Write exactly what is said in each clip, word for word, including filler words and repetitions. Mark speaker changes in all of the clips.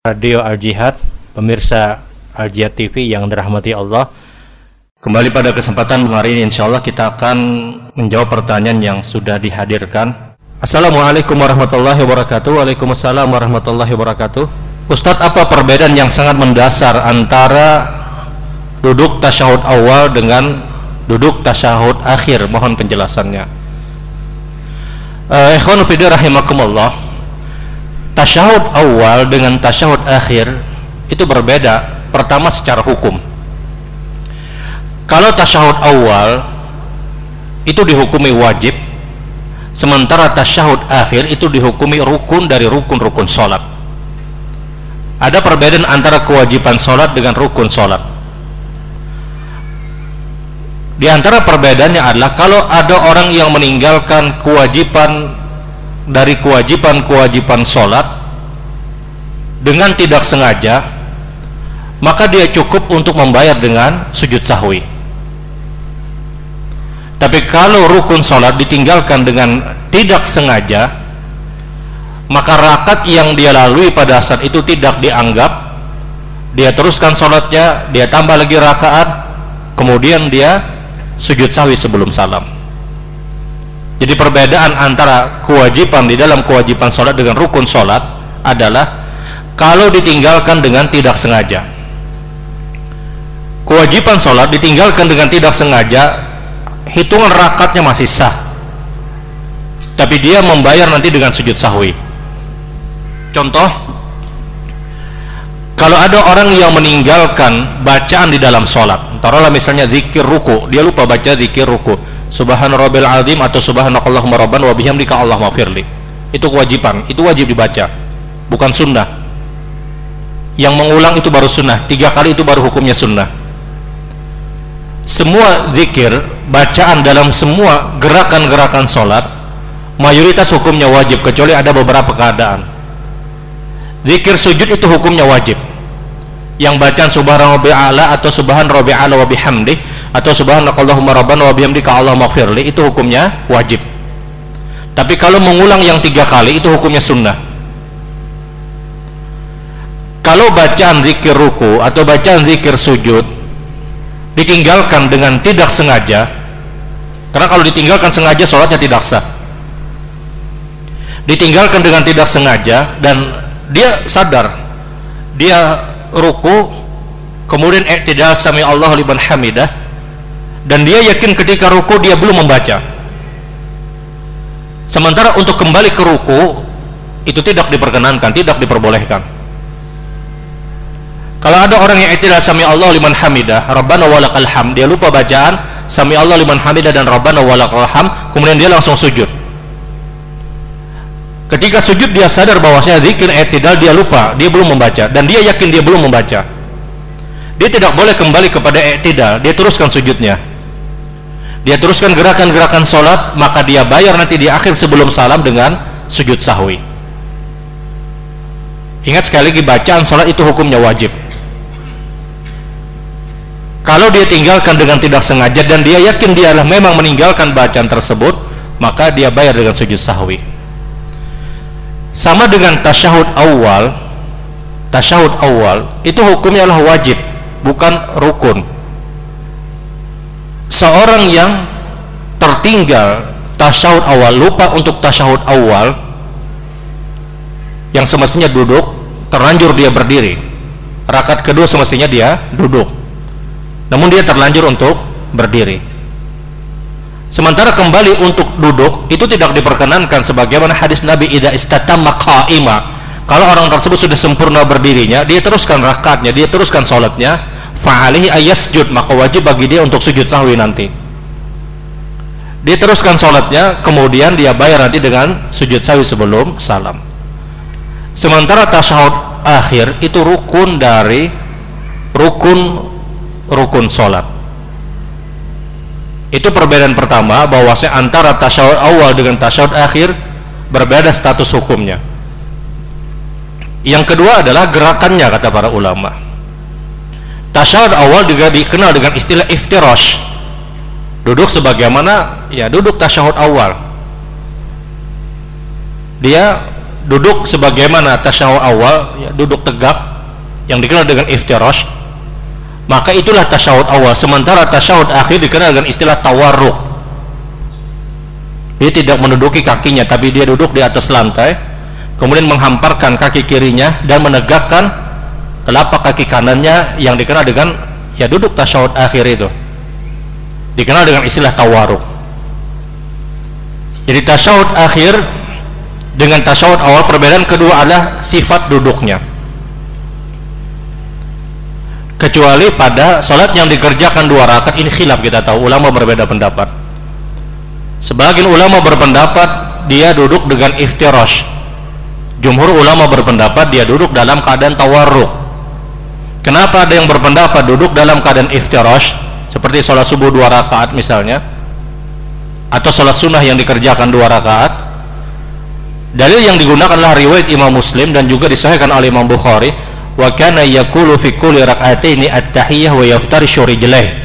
Speaker 1: Radio Al-Jihad, pemirsa Al-Jihad T V yang dirahmati Allah. Kembali pada kesempatan hari ini insyaallah kita akan menjawab pertanyaan yang sudah dihadirkan. Assalamualaikum warahmatullahi wabarakatuh. Waalaikumsalam warahmatullahi wabarakatuh. Ustadz, apa perbedaan yang sangat mendasar antara duduk tasyahud awal dengan duduk tasyahud akhir? Mohon penjelasannya. Uh, Ikhwanu fillah rahimakumullah. Tasyahud awal dengan tasyahud akhir itu berbeda. Pertama secara hukum. Kalau tasyahud awal itu dihukumi wajib, sementara tasyahud akhir itu dihukumi rukun dari rukun-rukun sholat. Ada perbedaan antara kewajiban sholat dengan rukun sholat. Di antara perbedaannya adalah kalau ada orang yang meninggalkan kewajiban dari kewajiban-kewajiban sholat dengan tidak sengaja, maka dia cukup untuk membayar dengan sujud sahwi. Tapi kalau rukun sholat ditinggalkan dengan tidak sengaja, maka rakaat yang dia lalui pada saat itu tidak dianggap, dia teruskan sholatnya, dia tambah lagi rakaat, kemudian dia sujud sahwi sebelum salam. Jadi perbedaan antara kewajiban di dalam kewajiban sholat dengan rukun sholat adalah kalau ditinggalkan dengan tidak sengaja. Kewajiban sholat ditinggalkan dengan tidak sengaja, hitungan rakaatnya masih sah, tapi dia membayar nanti dengan sujud sahwi. Contoh, kalau ada orang yang meninggalkan bacaan di dalam sholat, taruhlah misalnya zikir ruku, dia lupa baca zikir ruku, Subhana rabbil azim atau subhanakallahumma rabban wa bihamdika allahumma firli. Itu kewajiban, itu wajib dibaca, bukan sunnah. Yang mengulang itu baru sunnah, tiga kali itu baru hukumnya sunnah. Semua zikir, bacaan dalam semua gerakan-gerakan sholat mayoritas hukumnya wajib, kecuali ada beberapa keadaan. Zikir sujud itu hukumnya wajib. Yang bacaan subhana rabbil a'la atau subhan rabbil a'la wa bihamdi atau subhanakallahumma rabbana wa bihamdika allahumma ighfirli itu hukumnya wajib. Tapi kalau mengulang yang tiga kali itu hukumnya sunnah. Kalau bacaan zikir ruku atau bacaan zikir sujud ditinggalkan dengan tidak sengaja, karena kalau ditinggalkan sengaja sholatnya tidak sah. Ditinggalkan dengan tidak sengaja dan dia sadar, dia ruku, kemudian i'tidal sami Allahu liman hamidah, dan dia yakin ketika ruku dia belum membaca. Sementara untuk kembali ke ruku itu tidak diperkenankan, tidak diperbolehkan. Kalau ada orang yang i'tidal sami Allahu liman hamidah, Rabbana walakal hamd, dia lupa bacaan sami Allahu liman hamidah dan Rabbana walakal hamd, kemudian dia langsung sujud. Ketika sujud dia sadar bahwasanya zikir i'tidal dia lupa, dia belum membaca, dan dia yakin dia belum membaca. Dia tidak boleh kembali kepada i'tidal, dia teruskan sujudnya. Dia teruskan gerakan-gerakan sholat, maka dia bayar nanti di akhir sebelum salam dengan sujud sahwi. Ingat sekali lagi, bacaan sholat itu hukumnya wajib. Kalau dia tinggalkan dengan tidak sengaja dan dia yakin dia memang meninggalkan bacaan tersebut, maka dia bayar dengan sujud sahwi. Sama dengan tasyahud awal. Tasyahud awal itu hukumnya adalah wajib, bukan rukun. Seorang yang tertinggal tasyahud awal, lupa untuk tasyahud awal yang semestinya duduk, terlanjur dia berdiri. Rakaat kedua semestinya dia duduk, namun dia terlanjur untuk berdiri. Sementara kembali untuk duduk itu tidak diperkenankan, sebagaimana hadis Nabi, idza istatamma qa'ima, kalau orang tersebut sudah sempurna berdirinya, dia teruskan rakaatnya, dia teruskan sholatnya, fa'alihi ayyasjud, maka wajib bagi dia untuk sujud sahwi nanti. Dia teruskan sholatnya, kemudian dia bayar nanti dengan sujud sahwi sebelum salam. Sementara tasyahud akhir itu rukun dari rukun rukun sholat. Itu perbedaan pertama, bahwasanya antara tasyahud awal dengan tasyahud akhir berbeda status hukumnya. Yang kedua adalah gerakannya, kata para ulama. Tasyahud awal juga dikenal dengan istilah iftirash, duduk sebagaimana ya duduk tasyahud awal. Dia duduk sebagaimana tasyahud awal, ya, duduk tegak yang dikenal dengan iftirash, maka itulah tasyahud awal. Sementara tasyahud akhir dikenal dengan istilah tawarruk. Dia tidak menduduki kakinya, tapi dia duduk di atas lantai, kemudian menghamparkan kaki kirinya dan menegakkan telapak kaki kanannya, yang dikenal dengan ya duduk tasyahud akhir itu dikenal dengan istilah tawarruk. Jadi tasyahud akhir dengan tasyahud awal, perbedaan kedua adalah sifat duduknya. Kecuali pada salat yang dikerjakan dua rakaat, ini khilaf, kita tahu ulama berbeda pendapat. Sebagian ulama berpendapat dia duduk dengan iftirash. Jumhur ulama berpendapat dia duduk dalam keadaan tawarruk. Kenapa ada yang berpendapat duduk dalam keadaan iftirash, seperti salat subuh dua rakaat misalnya, atau salat sunnah yang dikerjakan dua rakaat? Dalil yang digunakan adalah riwayat Imam Muslim dan juga disahihkan oleh Imam Bukhari, wa kana yaqulu fi kulli rak'ataini at-tahiyyah wa yaftarishu rijlaihi.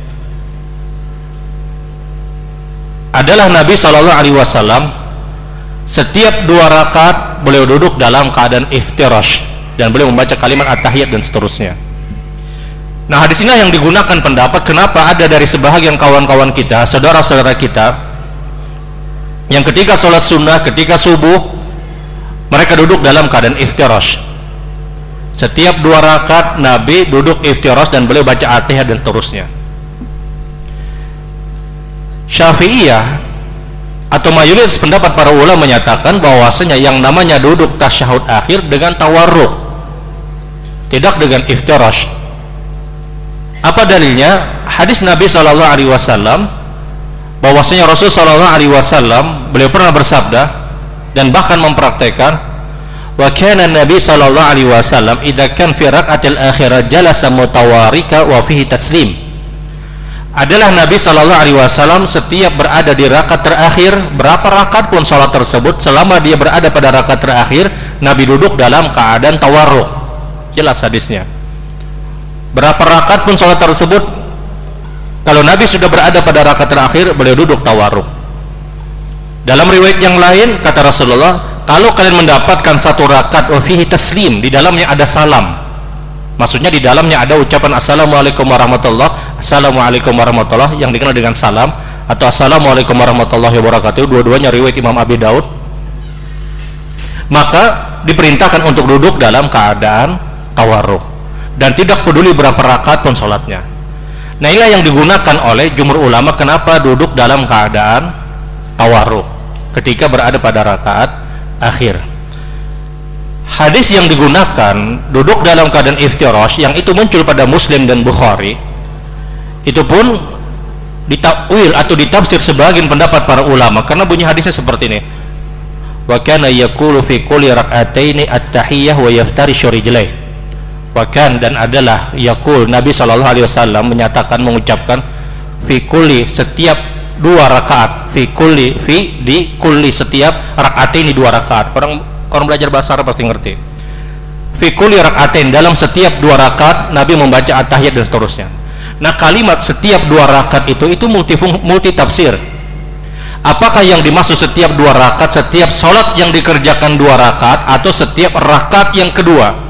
Speaker 1: Adalah Nabi sallallahu alaihi wasallam setiap dua rakaat beliau duduk dalam keadaan iftirash dan beliau membaca kalimat at-tahiyyat dan seterusnya. Nah, hadis ini yang digunakan pendapat kenapa ada dari sebahagian kawan-kawan kita, saudara-saudara kita, yang ketika sholat sunnah, ketika subuh, mereka duduk dalam keadaan iftirash. Setiap dua rakaat Nabi duduk iftirash dan beliau baca at-tahiyyat dan seterusnya. Syafi'iyah atau mayoritas pendapat para ulama menyatakan bahwasanya yang namanya duduk tasyahud akhir dengan tawarruk, tidak dengan iftirash. Apa dalilnya? Hadis Nabi sallallahu alaihi wasallam bahwasanya Rasul sallallahu alaihi wasallam beliau pernah bersabda dan bahkan mempraktekkan, wa kana Nabi sallallahu alaihi wasallam idza kan fi rak'atil akhirah jalasa mutawarika wa fihi taslim. Adalah Nabi sallallahu alaihi wasallam setiap berada di rakaat terakhir, berapa rakaat pun salat tersebut, selama dia berada pada rakaat terakhir, Nabi duduk dalam keadaan tawarruk. Jelas hadisnya. Berapa rakaat pun salat tersebut, kalau Nabi sudah berada pada rakaat terakhir, beliau duduk tawarruk. Dalam riwayat yang lain kata Rasulullah, kalau kalian mendapatkan satu rakaat wa fihi taslim, di dalamnya ada salam, maksudnya di dalamnya ada ucapan assalamualaikum warahmatullah, assalamualaikum warahmatullah yang dikenal dengan salam, atau assalamualaikum warahmatullahi wabarakatuh, dua-duanya riwayat Imam Abi Daud, maka diperintahkan untuk duduk dalam keadaan tawarruk dan tidak peduli berapa rakaat pun sholatnya. Nah, inilah yang digunakan oleh jumhur ulama kenapa duduk dalam keadaan tawarruk ketika berada pada rakaat akhir. Hadis yang digunakan duduk dalam keadaan iftirash yang itu muncul pada Muslim dan Bukhari, itu pun ditakwil atau ditafsir sebagian pendapat para ulama karena bunyi hadisnya seperti ini, wa kana yaqulu fi kulli rak'ataini at-tahiyyah wa yaftarishu rijlaihi. Wa kan, dan adalah yaqul, Nabi sallallahu alaihi wasallam menyatakan, mengucapkan, fi kulli, setiap dua rakaat, fi kulli, fi di kulli, setiap rak'ataini, dua rakaat. Orang orang belajar bahasa Arab pasti ngerti. Fi kulli rak'atain, dalam setiap dua rakaat Nabi membaca at-tahiyyat dan seterusnya. Nah, kalimat setiap dua rakaat itu itu multi multi tafsir. Apakah yang dimaksud setiap dua rakaat, setiap sholat yang dikerjakan dua rakaat, atau setiap rakaat yang kedua?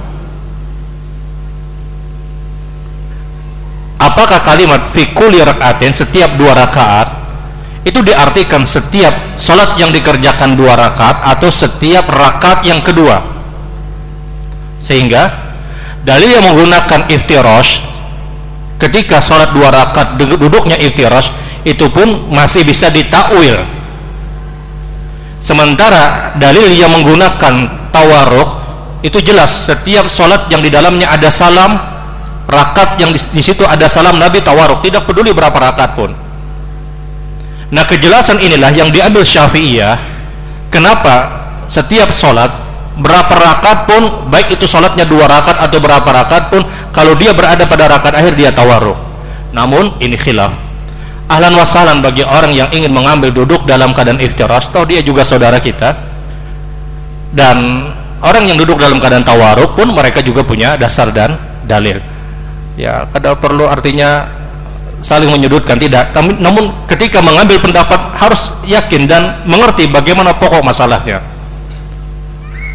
Speaker 1: Apakah kalimat fi kulli rak'atain, setiap dua rakaat, itu diartikan setiap sholat yang dikerjakan dua rakaat atau setiap rakaat yang kedua? Sehingga dalil yang menggunakan iftirash ketika sholat dua rakaat duduknya iftirash itu pun masih bisa ditakwil. Sementara dalil yang menggunakan tawarruk itu jelas setiap sholat yang di dalamnya ada salam, rakaat yang di, di situ ada salam, Nabi tawarruk, tidak peduli berapa rakaat pun. Nah, kejelasan inilah yang diambil Syafi'iyah kenapa setiap sholat berapa rakaat pun, baik itu sholatnya dua rakaat atau berapa rakaat pun, kalau dia berada pada rakaat akhir dia tawarruk. Namun ini khilaf. Ahlan wasalan bagi orang yang ingin mengambil duduk dalam keadaan iftirash, toh dia juga saudara kita, dan orang yang duduk dalam keadaan tawarruk pun mereka juga punya dasar dan dalil. Ya, kada perlu artinya saling menyudutkan, tidak. Namun ketika mengambil pendapat harus yakin dan mengerti bagaimana pokok masalahnya.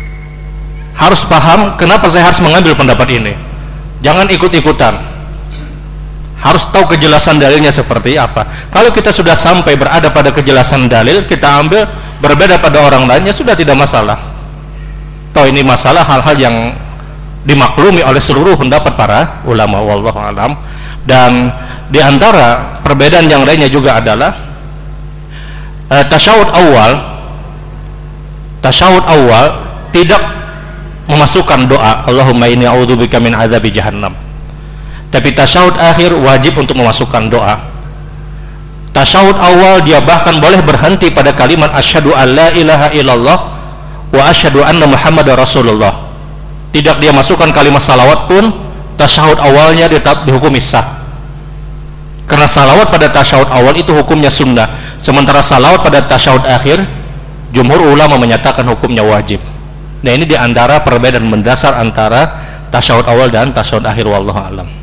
Speaker 1: harus paham kenapa saya harus mengambil pendapat ini. Jangan ikut-ikutan, harus tahu kejelasan dalilnya seperti apa. Kalau kita sudah sampai berada pada kejelasan dalil, kita ambil, berbeda pada orang lainnya, sudah tidak masalah. Toh ini masalah hal-hal yang dimaklumi oleh seluruh pendapat para ulama, wallahu alam. Dan di antara perbedaan yang lainnya juga adalah eh, tasyahud awal tasyahud awal tidak memasukkan doa Allahumma inni a'udzubika min adzabi jahannam, tapi tasyahud akhir wajib untuk memasukkan doa. Tasyahud awal dia bahkan boleh berhenti pada kalimat asyhadu an la ilaha illallah wa asyhadu anna muhammadar rasulullah. Tidak dia masukkan kalimat salawat pun, tasyahud awalnya tetap dihukumi sah, karena salawat pada tasyahud awal itu hukumnya sunnah, sementara salawat pada tasyahud akhir jumhur ulama menyatakan hukumnya wajib. Nah, ini diantara perbedaan mendasar antara tasyahud awal dan tasyahud akhir, wallahu alam.